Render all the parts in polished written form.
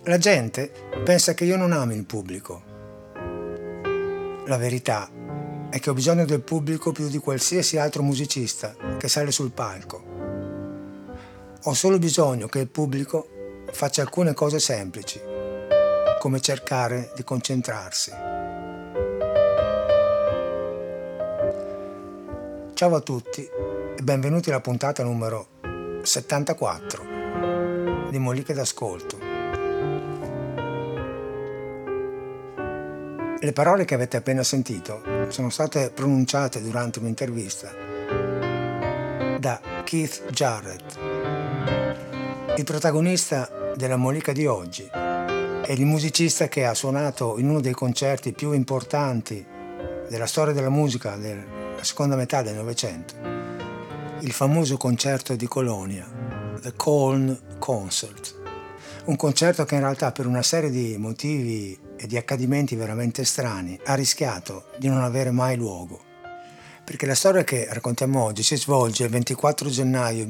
La gente pensa che io non ami il pubblico. La verità è che ho bisogno del pubblico più di qualsiasi altro musicista che sale sul palco. Ho solo bisogno che il pubblico faccia alcune cose semplici, come cercare di concentrarsi. Ciao a tutti e benvenuti alla puntata numero 74 di Moliche d'Ascolto. Le parole che avete appena sentito sono state pronunciate durante un'intervista da Keith Jarrett, il protagonista della Molica di oggi e il musicista che ha suonato in uno dei concerti più importanti della storia della musica della seconda metà del Novecento, il famoso concerto di Colonia, The Cologne Concert. Un concerto che in realtà per una serie di motivi e di accadimenti veramente strani ha rischiato di non avere mai luogo. Perché la storia che raccontiamo oggi si svolge il 24 gennaio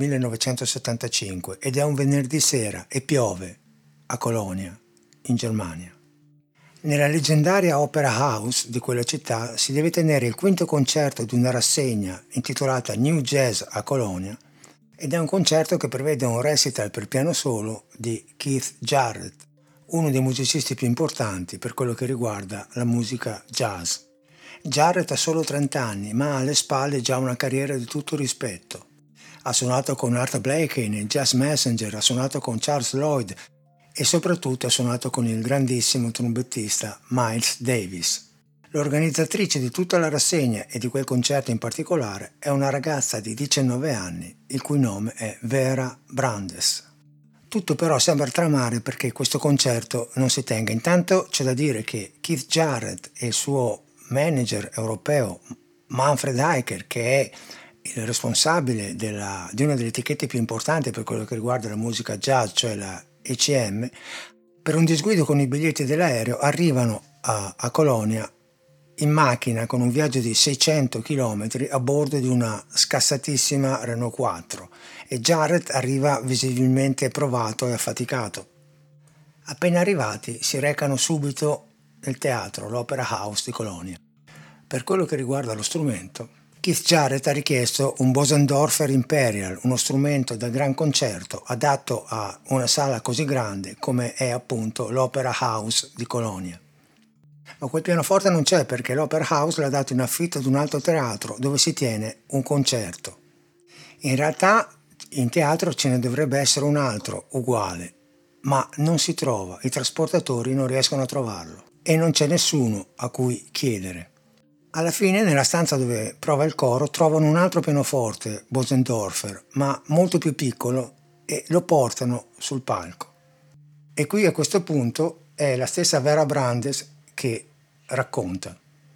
1975 ed è un venerdì sera e piove a Colonia, in Germania. Nella leggendaria Opera House di quella città si deve tenere il quinto concerto di una rassegna intitolata New Jazz a Colonia ed è un concerto che prevede un recital per piano solo di Keith Jarrett, uno dei musicisti più importanti per quello che riguarda la musica jazz. Jarrett ha solo 30 anni, ma ha alle spalle già una carriera di tutto rispetto. Ha suonato con Art Blakey nei Jazz Messenger, ha suonato con Charles Lloyd e soprattutto ha suonato con il grandissimo trombettista Miles Davis. L'organizzatrice di tutta la rassegna e di quel concerto in particolare è una ragazza di 19 anni, il cui nome è Vera Brandes. Tutto però sembra tramare perché questo concerto non si tenga. Intanto c'è da dire che Keith Jarrett e il suo manager europeo Manfred Eicher, che è il responsabile di una delle etichette più importanti per quello che riguarda la musica jazz, cioè la ECM, per un disguido con i biglietti dell'aereo arrivano a Colonia in macchina con un viaggio di 600 km a bordo di una scassatissima Renault 4 e Jarrett arriva visibilmente provato e affaticato. Appena arrivati si recano subito nel teatro, l'Opera House di Colonia. Per quello che riguarda lo strumento, Keith Jarrett ha richiesto un Bosendorfer Imperial, uno strumento da gran concerto adatto a una sala così grande come è appunto l'Opera House di Colonia. Ma quel pianoforte non c'è perché l'Opera House l'ha dato in affitto ad un altro teatro dove si tiene un concerto. In realtà in teatro ce ne dovrebbe essere un altro uguale, ma non si trova, i trasportatori non riescono a trovarlo e non c'è nessuno a cui chiedere. Alla fine nella stanza dove prova il coro trovano un altro pianoforte, Bosendorfer, ma molto più piccolo e lo portano sul palco. E qui a questo punto è la stessa Vera Brandes che racconta.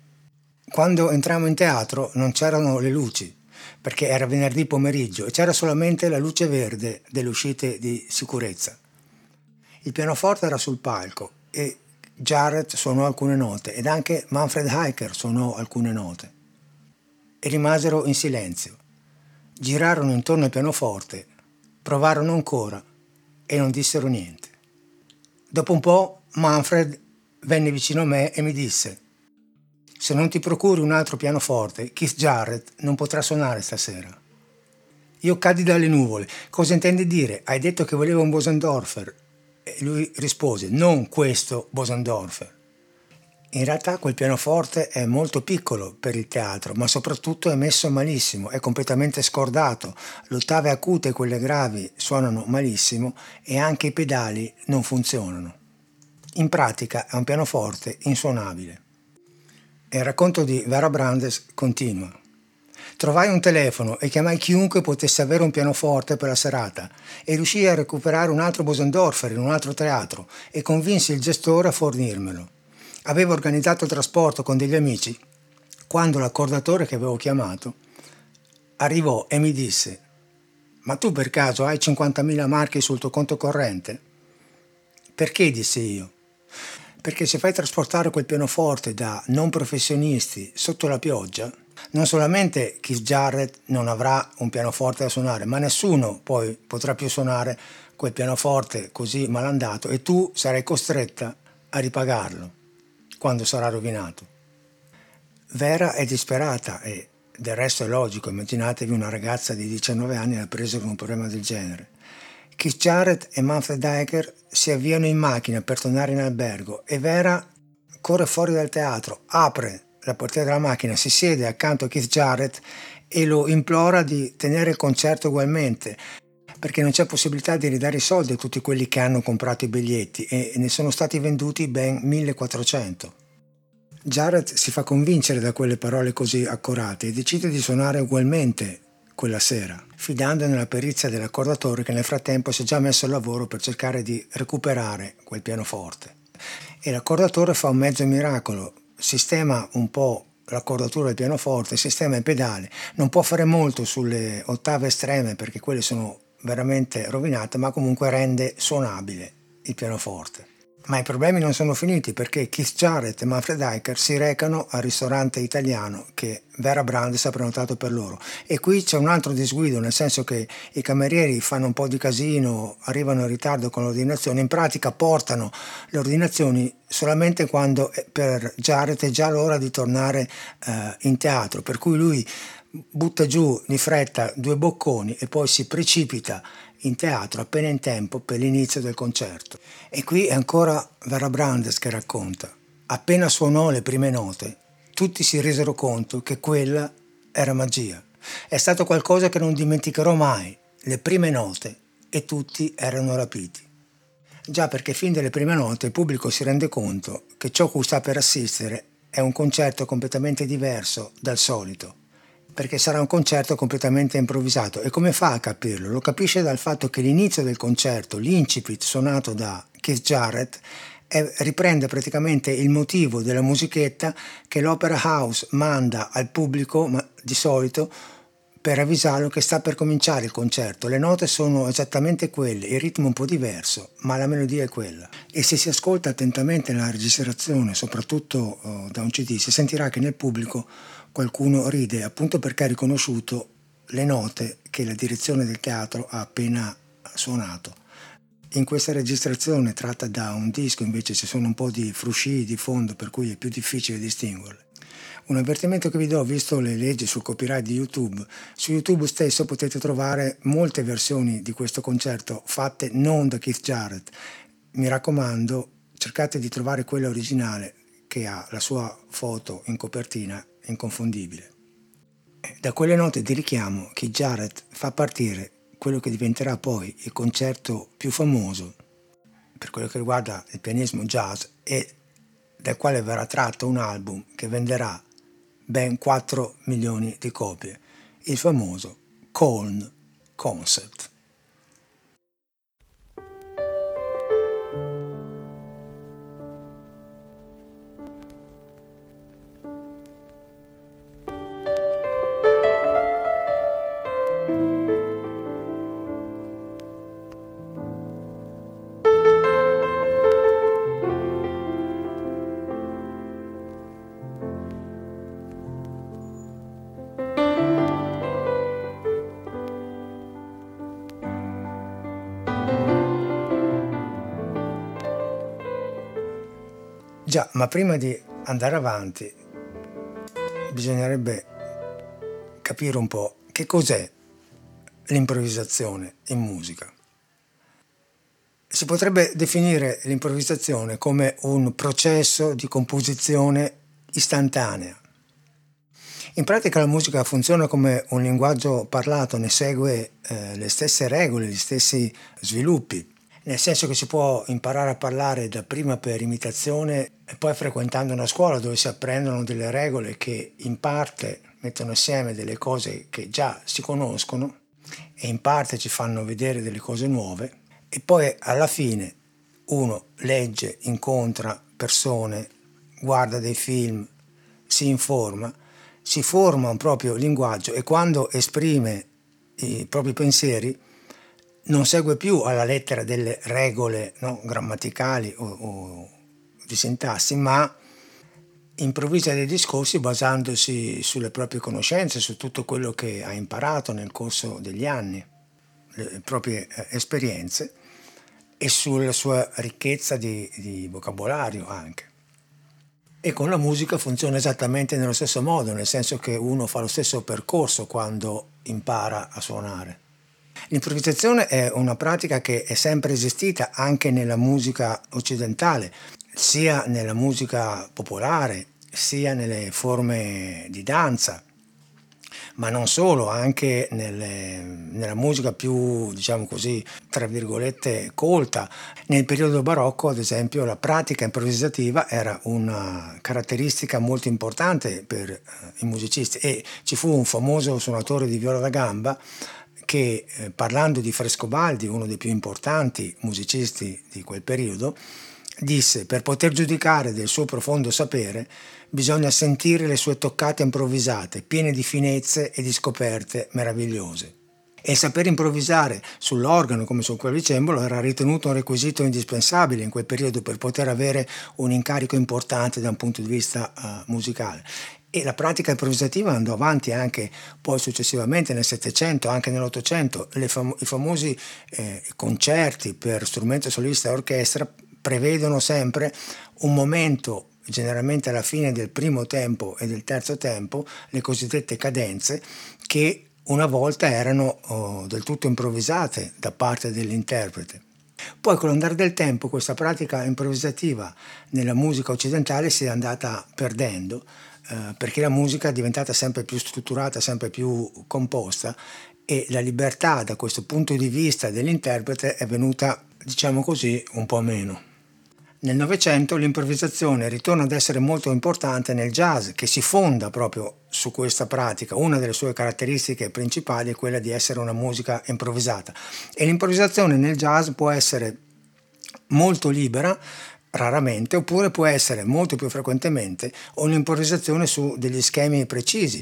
Quando entrammo in teatro non c'erano le luci, perché era venerdì pomeriggio e c'era solamente la luce verde delle uscite di sicurezza. Il pianoforte era sul palco e Jarrett suonò alcune note ed anche Manfred Eicher suonò alcune note. E rimasero in silenzio. Girarono intorno al pianoforte, provarono ancora e non dissero niente. Dopo un po' Manfred venne vicino a me e mi disse: se non ti procuri un altro pianoforte, Keith Jarrett non potrà suonare stasera. Io caddi dalle nuvole. Cosa intendi dire? Hai detto che voleva un Bosendorfer. E lui rispose: non questo Bosendorfer. In realtà quel pianoforte è molto piccolo per il teatro, ma soprattutto è messo malissimo, è completamente scordato. Le ottave acute e quelle gravi suonano malissimo e anche i pedali non funzionano. In pratica è un pianoforte insuonabile. E il racconto di Vera Brandes continua. Trovai un telefono e chiamai chiunque potesse avere un pianoforte per la serata e riuscii a recuperare un altro Bosendorfer in un altro teatro e convinsi il gestore a fornirmelo. Avevo organizzato il trasporto con degli amici quando l'accordatore che avevo chiamato arrivò e mi disse: ma tu per caso hai 50.000 marchi sul tuo conto corrente? Perché? Dissi io. Perché se fai trasportare quel pianoforte da non professionisti sotto la pioggia, non solamente Keith Jarrett non avrà un pianoforte da suonare, ma nessuno poi potrà più suonare quel pianoforte così malandato e tu sarai costretta a ripagarlo quando sarà rovinato. Vera è disperata e del resto è logico, immaginatevi una ragazza di 19 anni alla presa con un problema del genere. Keith Jarrett e Manfred Eicher si avviano in macchina per tornare in albergo e Vera corre fuori dal teatro, apre la portiera della macchina, si siede accanto a Keith Jarrett e lo implora di tenere il concerto ugualmente, perché non c'è possibilità di ridare i soldi a tutti quelli che hanno comprato i biglietti e ne sono stati venduti ben 1400. Jarrett si fa convincere da quelle parole così accorate e decide di suonare ugualmente quella sera, fidando nella perizia dell'accordatore che nel frattempo si è già messo al lavoro per cercare di recuperare quel pianoforte. E l'accordatore fa un mezzo miracolo, sistema un po' l'accordatura del pianoforte, sistema il pedale, non può fare molto sulle ottave estreme perché quelle sono veramente rovinate, ma comunque rende suonabile il pianoforte. Ma i problemi non sono finiti perché Keith Jarrett e Manfred Eicher si recano al ristorante italiano che Vera Brandes ha prenotato per loro. E qui c'è un altro disguido, nel senso che i camerieri fanno un po' di casino, arrivano in ritardo con l'ordinazione, in pratica portano le ordinazioni solamente quando per Jarrett è già l'ora di tornare in teatro, per cui lui butta giù di fretta 2 bocconi e poi si precipita in teatro appena in tempo per l'inizio del concerto. E qui è ancora Vera Brandes che racconta. Appena suonò le prime note, tutti si resero conto che quella era magia. È stato qualcosa che non dimenticherò mai, le prime note, e tutti erano rapiti. Già perché fin dalle prime note il pubblico si rende conto che ciò cui sta per assistere è un concerto completamente diverso dal solito, perché sarà un concerto completamente improvvisato. E come fa a capirlo? Lo capisce dal fatto che l'inizio del concerto, l'incipit suonato da Keith Jarrett, riprende praticamente il motivo della musichetta che l'Opera House manda al pubblico, ma di solito, per avvisarlo che sta per cominciare il concerto. Le note sono esattamente quelle, il ritmo un po' diverso, ma la melodia è quella. E se si ascolta attentamente la registrazione, soprattutto da un CD, si sentirà che nel pubblico qualcuno ride appunto perché ha riconosciuto le note che la direzione del teatro ha appena suonato. In questa registrazione tratta da un disco invece ci sono un po' di frusci di fondo, per cui è più difficile distinguerle. Un avvertimento che vi do, visto le leggi sul copyright di YouTube: su YouTube stesso potete trovare molte versioni di questo concerto fatte non da Keith Jarrett. Mi raccomando, cercate di trovare quella originale che ha la sua foto in copertina inconfondibile. Da quelle note di richiamo Keith Jarrett fa partire quello che diventerà poi il concerto più famoso per quello che riguarda il pianismo jazz e dal quale verrà tratto un album che venderà ben 4 milioni di copie, il famoso Köln Concert. Già, ma prima di andare avanti bisognerebbe capire un po' che cos'è l'improvvisazione in musica. Si potrebbe definire l'improvvisazione come un processo di composizione istantanea. In pratica la musica funziona come un linguaggio parlato, ne segue le stesse regole, gli stessi sviluppi, nel senso che si può imparare a parlare dapprima per imitazione e poi frequentando una scuola dove si apprendono delle regole che in parte mettono assieme delle cose che già si conoscono e in parte ci fanno vedere delle cose nuove, e poi alla fine uno legge, incontra persone, guarda dei film, si informa, si forma un proprio linguaggio e quando esprime i propri pensieri non segue più alla lettera delle regole, no, grammaticali o di sintassi, ma improvvisa dei discorsi basandosi sulle proprie conoscenze, su tutto quello che ha imparato nel corso degli anni, le proprie esperienze, e sulla sua ricchezza di vocabolario anche. E con la musica funziona esattamente nello stesso modo, nel senso che uno fa lo stesso percorso quando impara a suonare. L'improvvisazione è una pratica che è sempre esistita anche nella musica occidentale, sia nella musica popolare, sia nelle forme di danza, ma non solo, anche nella musica più, diciamo così, tra virgolette, colta. Nel periodo barocco, ad esempio, la pratica improvvisativa era una caratteristica molto importante per i musicisti, e ci fu un famoso suonatore di viola da gamba che, parlando di Frescobaldi, uno dei più importanti musicisti di quel periodo, disse: per poter giudicare del suo profondo sapere bisogna sentire le sue toccate improvvisate, piene di finezze e di scoperte meravigliose. E il saper improvvisare sull'organo come sul clavicembalo era ritenuto un requisito indispensabile in quel periodo per poter avere un incarico importante da un punto di vista musicale. E la pratica improvvisativa andò avanti anche poi successivamente nel Settecento, anche nell'Ottocento. I famosi concerti per strumento solista e orchestra prevedono sempre un momento, generalmente alla fine del primo tempo e del terzo tempo, le cosiddette cadenze, che una volta erano del tutto improvvisate da parte dell'interprete. Poi con l'andare del tempo questa pratica improvvisativa nella musica occidentale si è andata perdendo, perché la musica è diventata sempre più strutturata, sempre più composta, e la libertà da questo punto di vista dell'interprete è venuta, diciamo così, un po' meno. Nel Novecento l'improvvisazione ritorna ad essere molto importante nel jazz, che si fonda proprio su questa pratica. Una delle sue caratteristiche principali è quella di essere una musica improvvisata, e l'improvvisazione nel jazz può essere molto libera, raramente, oppure può essere molto più frequentemente un'improvvisazione su degli schemi precisi,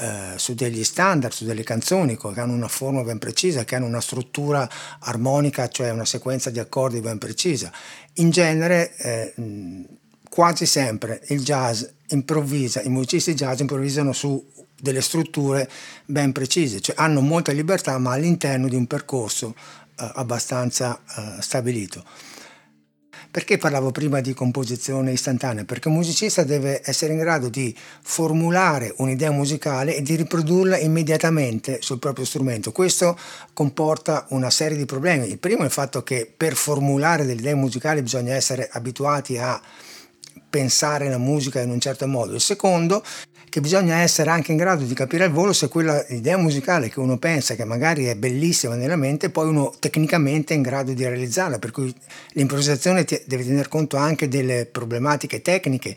su degli standard, su delle canzoni che hanno una forma ben precisa, che hanno una struttura armonica, cioè una sequenza di accordi ben precisa. In genere, quasi sempre il jazz improvvisa, i musicisti jazz improvvisano su delle strutture ben precise, cioè hanno molta libertà ma all'interno di un percorso abbastanza stabilito. Perché parlavo prima di composizione istantanea? Perché un musicista deve essere in grado di formulare un'idea musicale e di riprodurla immediatamente sul proprio strumento. Questo comporta una serie di problemi. Il primo è il fatto che per formulare delle idee musicali bisogna essere abituati a pensare la musica in un certo modo. Il secondo, che bisogna essere anche in grado di capire al volo se quella idea musicale che uno pensa, che magari è bellissima nella mente, poi uno tecnicamente è in grado di realizzarla, per cui l'improvvisazione deve tener conto anche delle problematiche tecniche,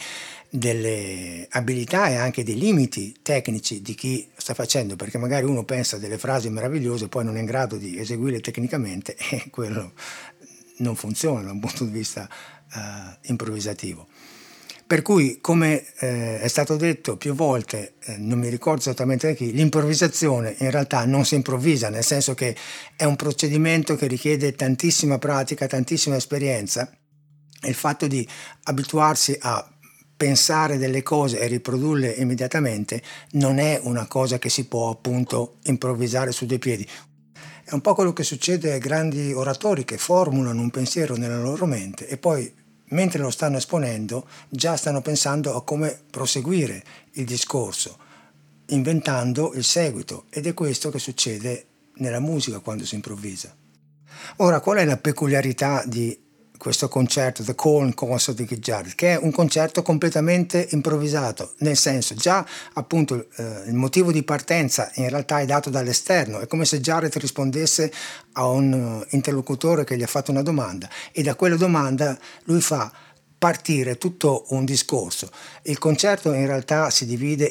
delle abilità e anche dei limiti tecnici di chi sta facendo, perché magari uno pensa delle frasi meravigliose, poi non è in grado di eseguirle tecnicamente e quello non funziona da un punto di vista improvvisativo. Per cui, come è stato detto più volte, non mi ricordo esattamente da chi, l'improvvisazione in realtà non si improvvisa, nel senso che è un procedimento che richiede tantissima pratica, tantissima esperienza, e il fatto di abituarsi a pensare delle cose e riprodurle immediatamente non è una cosa che si può appunto improvvisare su due piedi. È un po' quello che succede ai grandi oratori che formulano un pensiero nella loro mente e poi, mentre lo stanno esponendo, già stanno pensando a come proseguire il discorso, inventando il seguito, ed è questo che succede nella musica quando si improvvisa. Ora, qual è la peculiarità di questo concerto, The Call Concert di Keith Jarrett? Che è un concerto completamente improvvisato, nel senso, già appunto il motivo di partenza in realtà è dato dall'esterno, è come se Jarrett rispondesse a un interlocutore che gli ha fatto una domanda, e da quella domanda lui fa partire tutto un discorso. Il concerto in realtà si divide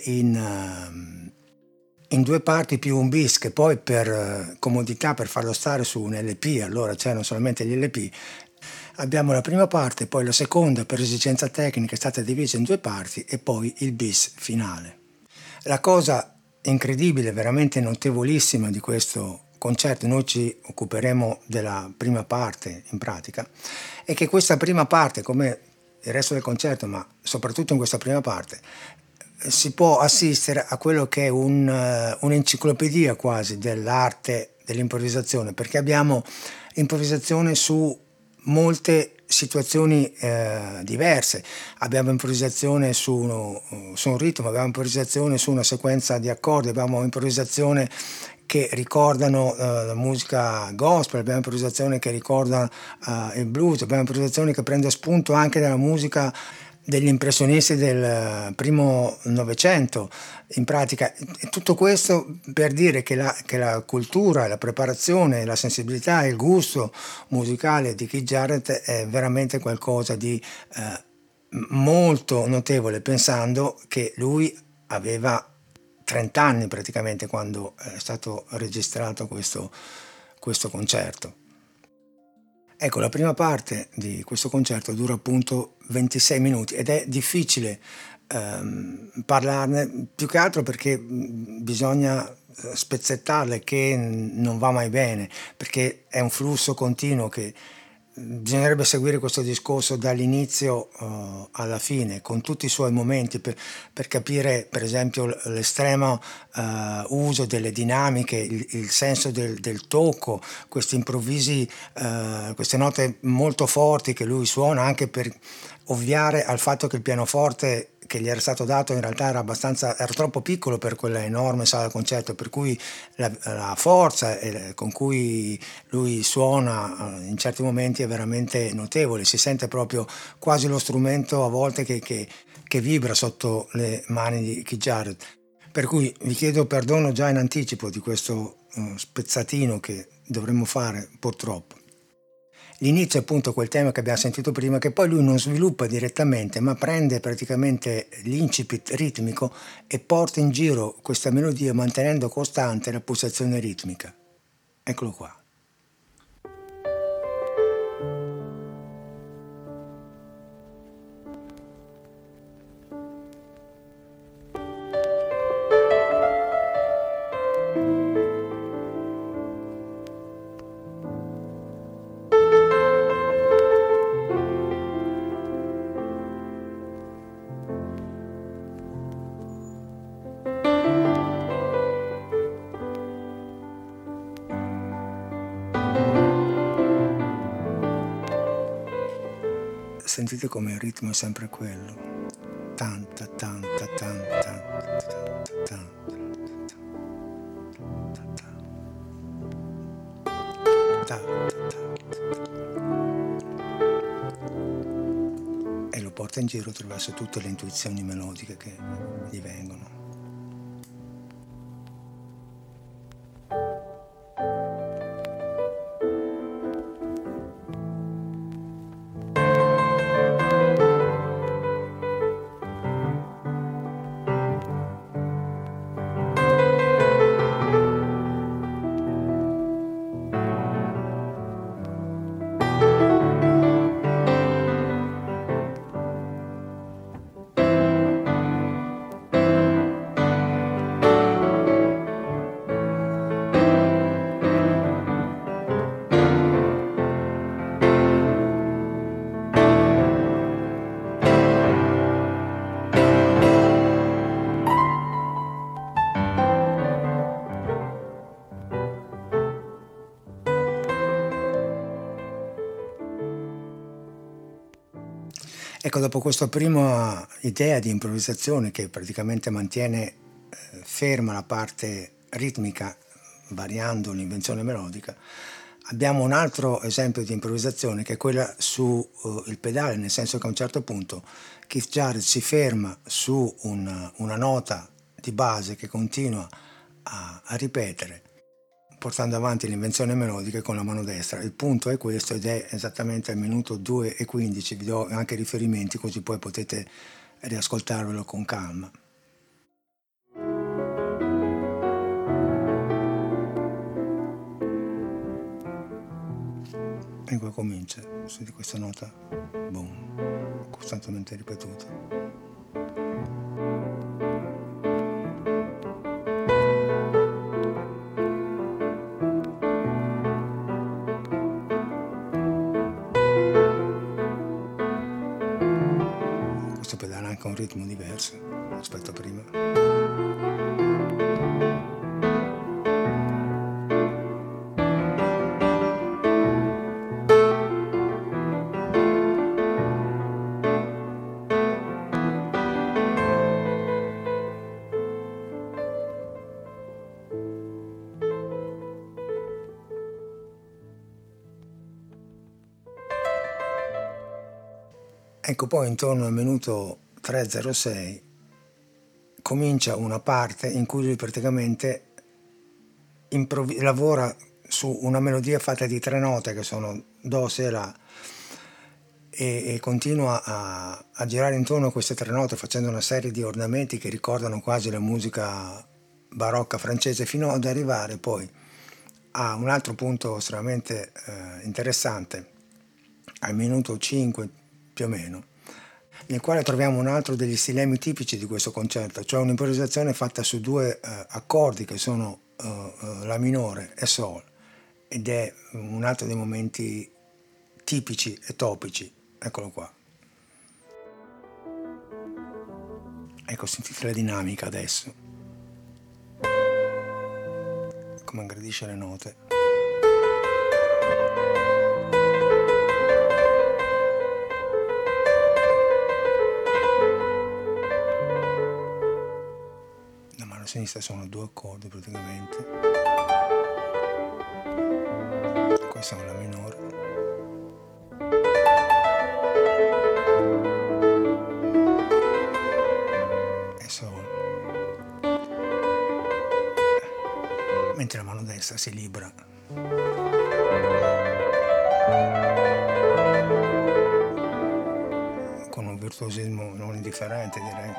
in due parti più un bis, che poi per comodità, per farlo stare su un LP, allora c'erano solamente gli LP, abbiamo la prima parte, poi la seconda per esigenza tecnica è stata divisa in due parti, e poi il bis finale. La cosa incredibile, veramente notevolissima di questo concerto, noi ci occuperemo della prima parte in pratica, è che questa prima parte, come il resto del concerto, ma soprattutto in questa prima parte, si può assistere a quello che è un'enciclopedia quasi dell'arte dell'improvvisazione, perché abbiamo improvvisazione su molte situazioni diverse. Abbiamo improvvisazione su un ritmo, abbiamo improvvisazione su una sequenza di accordi, abbiamo improvvisazione che ricordano la musica gospel, abbiamo improvvisazione che ricorda il blues, abbiamo improvvisazione che prende spunto anche dalla musica degli impressionisti del primo Novecento. In pratica tutto questo per dire che la cultura, la preparazione, la sensibilità e il gusto musicale di Keith Jarrett è veramente qualcosa di molto notevole, pensando che lui aveva 30 anni praticamente quando è stato registrato questo concerto. Ecco, la prima parte di questo concerto dura appunto 26 minuti ed è difficile parlarne, più che altro perché bisogna spezzettarle, che non va mai bene, perché è un flusso continuo che bisognerebbe seguire questo discorso dall'inizio alla fine, con tutti i suoi momenti, per capire per esempio l'estremo uso delle dinamiche, il senso del tocco, questi improvvisi, queste note molto forti che lui suona, anche per ovviare al fatto che il pianoforte che gli era stato dato in realtà era troppo piccolo per quella enorme sala da concerto, per cui la forza con cui lui suona in certi momenti è veramente notevole, si sente proprio quasi lo strumento a volte che vibra sotto le mani di Keith Jarrett. Per cui vi chiedo perdono già in anticipo di questo spezzatino che dovremmo fare purtroppo. L'inizio è appunto quel tema che abbiamo sentito prima, che poi lui non sviluppa direttamente, ma prende praticamente l'incipit ritmico e porta in giro questa melodia mantenendo costante la pulsazione ritmica. Eccolo qua. Sentite come il ritmo è sempre quello. Tanta, tanta, tanta, tanta, tanta, e lo porta in giro attraverso tutte le intuizioni melodiche che gli vengono. Ecco, dopo questa prima idea di improvvisazione che praticamente mantiene ferma la parte ritmica variando l'invenzione melodica, abbiamo un altro esempio di improvvisazione che è quella su il pedale, nel senso che a un certo punto Keith Jarrett si ferma su una nota di base che continua a ripetere, portando avanti l'invenzione melodica con la mano destra. Il punto è questo ed è esattamente al minuto 2:15, vi do anche riferimenti così poi potete riascoltarvelo con calma. E qua comincia su di questa nota, boom, costantemente ripetuta. Pedale anche un ritmo diverso rispetto a prima. Ecco, poi intorno al minuto 3:06 comincia una parte in cui lui praticamente lavora su una melodia fatta di 3 note che sono Do, Se, La, e continua a girare intorno a queste 3 note facendo una serie di ornamenti che ricordano quasi la musica barocca francese, fino ad arrivare poi a un altro punto estremamente interessante, al minuto 5 più o meno, nel quale troviamo un altro degli stilemi tipici di questo concerto, cioè un'improvvisazione fatta su 2 accordi che sono La minore e Sol, ed è un altro dei momenti tipici e topici. Eccolo qua. Ecco, sentite la dinamica adesso, come aggredisce le note. La mano sinistra sono 2 accordi praticamente. Questa è la minore. E Sol. Mentre la mano destra si libra. Con un virtuosismo non indifferente, direi.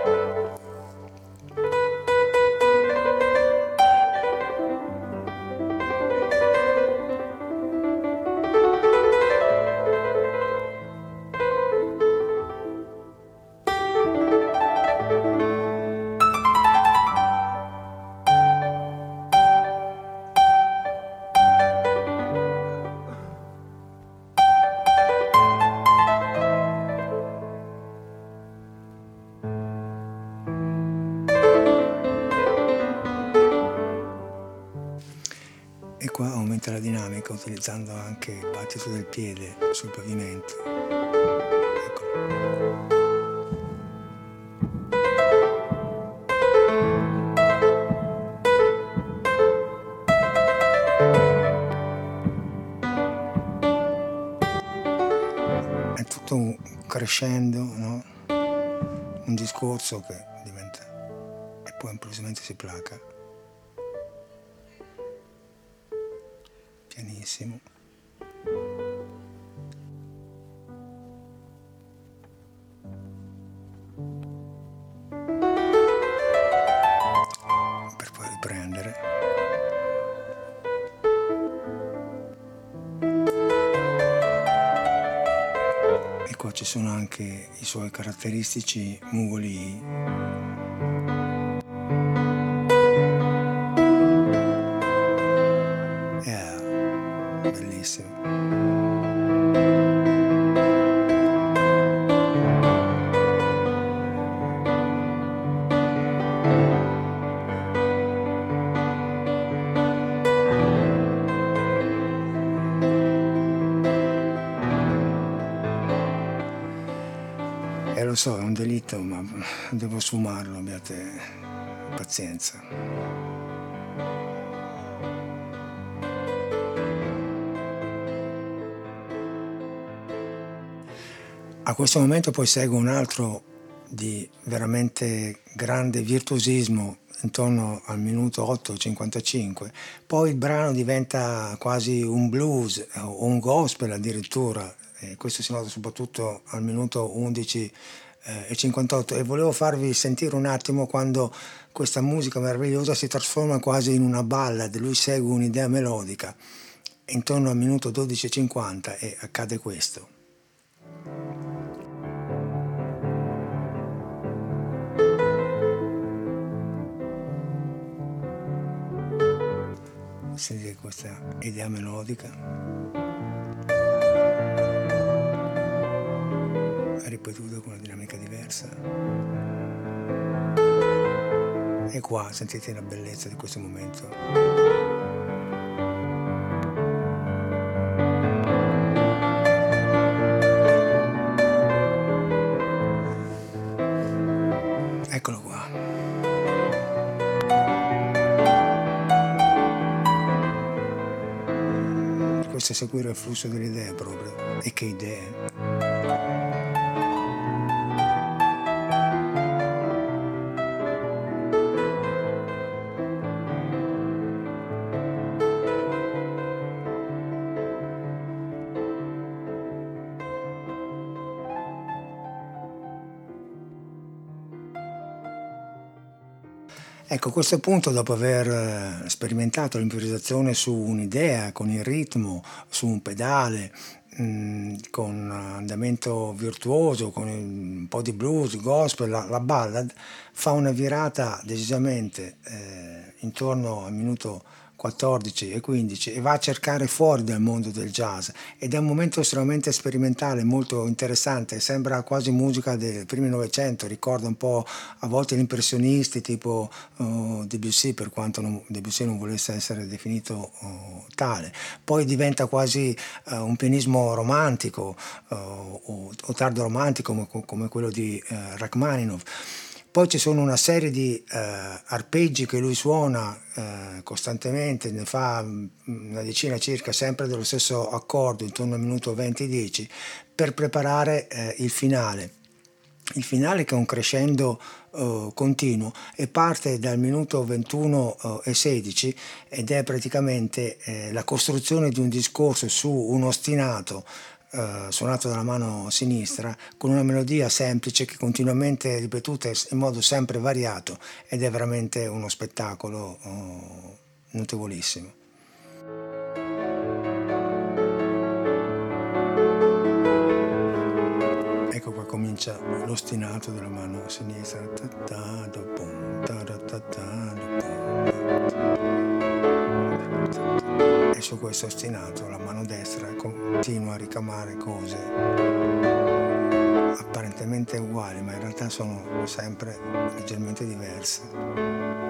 E qua aumenta la dinamica utilizzando anche il battito del piede sul pavimento. Eccolo. È tutto un crescendo, no? Un discorso che diventa e poi improvvisamente si placa. Pianissimo. Per poi riprendere. E qua ci sono anche i suoi caratteristici mugoli. Bellissimo. Lo so, è un delitto, ma devo sfumarlo, abbiate pazienza. A questo momento poi segue un altro di veramente grande virtuosismo intorno al minuto 8:55. Poi il brano diventa quasi un blues o un gospel addirittura, e questo si nota soprattutto al minuto 11:58, e volevo farvi sentire un attimo quando questa musica meravigliosa si trasforma quasi in una ballad. Lui segue un'idea melodica intorno al minuto 12:50 e accade questo. Sentite questa idea melodica ripetuta con una dinamica diversa, e qua sentite la bellezza di questo momento. Eccolo qua. Questo è seguire il flusso delle idee proprio. E che idee! Ecco, a questo punto, dopo aver sperimentato l'improvvisazione su un'idea, con il ritmo, su un pedale, con andamento virtuoso, con un po' di blues, gospel, la ballad, fa una virata decisamente intorno al minuto 14 e 15 e va a cercare fuori dal mondo del jazz ed è un momento estremamente sperimentale, molto interessante, sembra quasi musica dei primi Novecento, ricorda un po' a volte gli impressionisti tipo Debussy, per quanto Debussy non volesse essere definito tale, poi diventa quasi un pianismo romantico o tardo romantico come quello di Rachmaninoff. Poi ci sono una serie di arpeggi che lui suona costantemente, ne fa una decina circa, sempre dello stesso accordo, intorno al minuto 20-10, per preparare il finale. Il finale che è un crescendo continuo e parte dal minuto 21 e 16 ed è praticamente la costruzione di un discorso su un ostinato suonato dalla mano sinistra con una melodia semplice che continuamente ripetuta in modo sempre variato ed è veramente uno spettacolo notevolissimo. Ecco qua comincia l'ostinato della mano sinistra e su questo ostinato la mano destra continua a ricamare cose apparentemente uguali ma in realtà sono sempre leggermente diverse.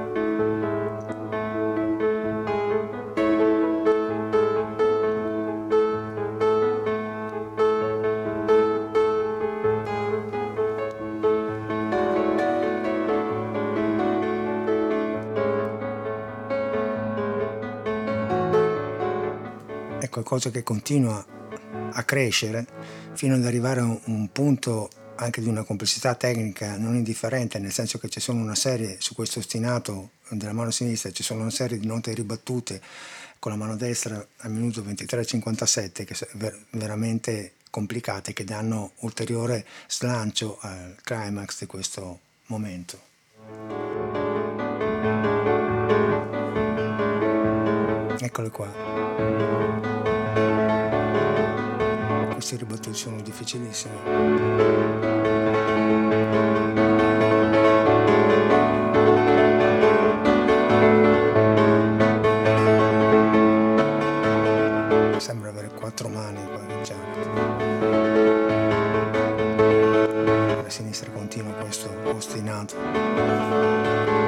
È qualcosa che continua a crescere fino ad arrivare a un punto anche di una complessità tecnica non indifferente, nel senso che ci sono una serie, su questo ostinato della mano sinistra, ci sono una serie di note ribattute con la mano destra al minuto 23:57 che sono veramente complicate, che danno ulteriore slancio al climax di questo momento. Eccole qua. Questi ribattuti sono difficilissimi. Sembra avere 4 mani qua in giallo. La sinistra continua questo ostinato.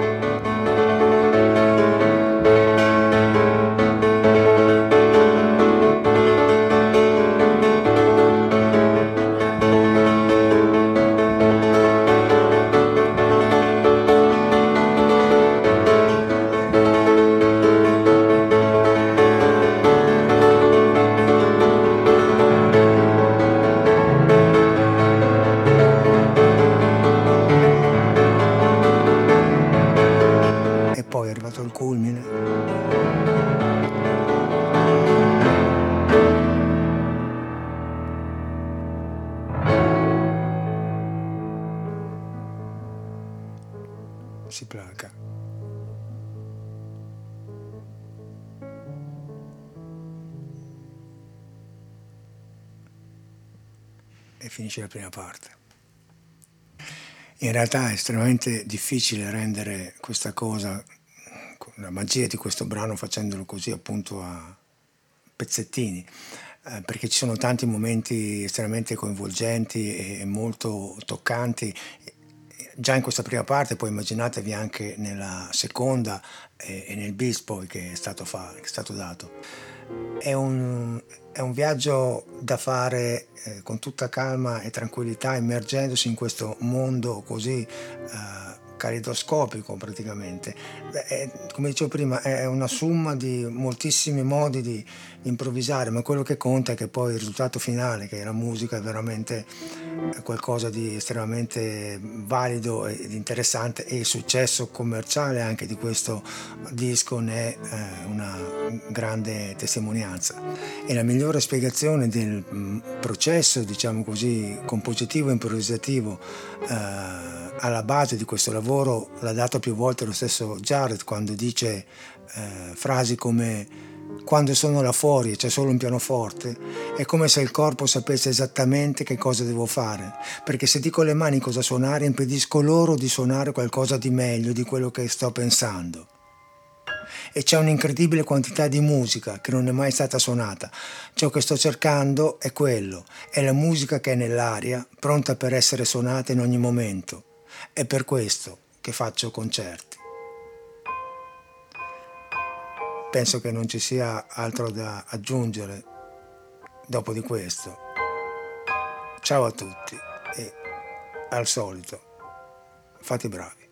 Poi è arrivato al culmine. Si placa. E finisce la prima parte. In realtà è estremamente difficile rendere questa cosa, la magia di questo brano, facendolo così appunto a pezzettini, perché ci sono tanti momenti estremamente coinvolgenti e molto toccanti già in questa prima parte, poi immaginatevi anche nella seconda e nel bis poi che è stato dato. È un viaggio da fare con tutta calma e tranquillità, immergendosi in questo mondo così caleidoscopico praticamente. Come dicevo prima, è una somma di moltissimi modi di improvvisare, ma quello che conta è che poi il risultato finale, che è la musica, è veramente qualcosa di estremamente valido ed interessante, e il successo commerciale anche di questo disco ne è una grande testimonianza. E la migliore spiegazione del processo, diciamo così, compositivo e improvvisativo alla base di questo lavoro lavoro l'ha dato più volte lo stesso Jarrett quando dice frasi come quando sono là fuori e c'è solo un pianoforte, è come se il corpo sapesse esattamente che cosa devo fare, perché se dico alle mani cosa suonare impedisco loro di suonare qualcosa di meglio di quello che sto pensando. E c'è un'incredibile quantità di musica che non è mai stata suonata. Ciò che sto cercando è quello, è la musica che è nell'aria, pronta per essere suonata in ogni momento. È per questo che faccio concerti. Penso che non ci sia altro da aggiungere dopo di questo. Ciao a tutti e al solito, fate i bravi.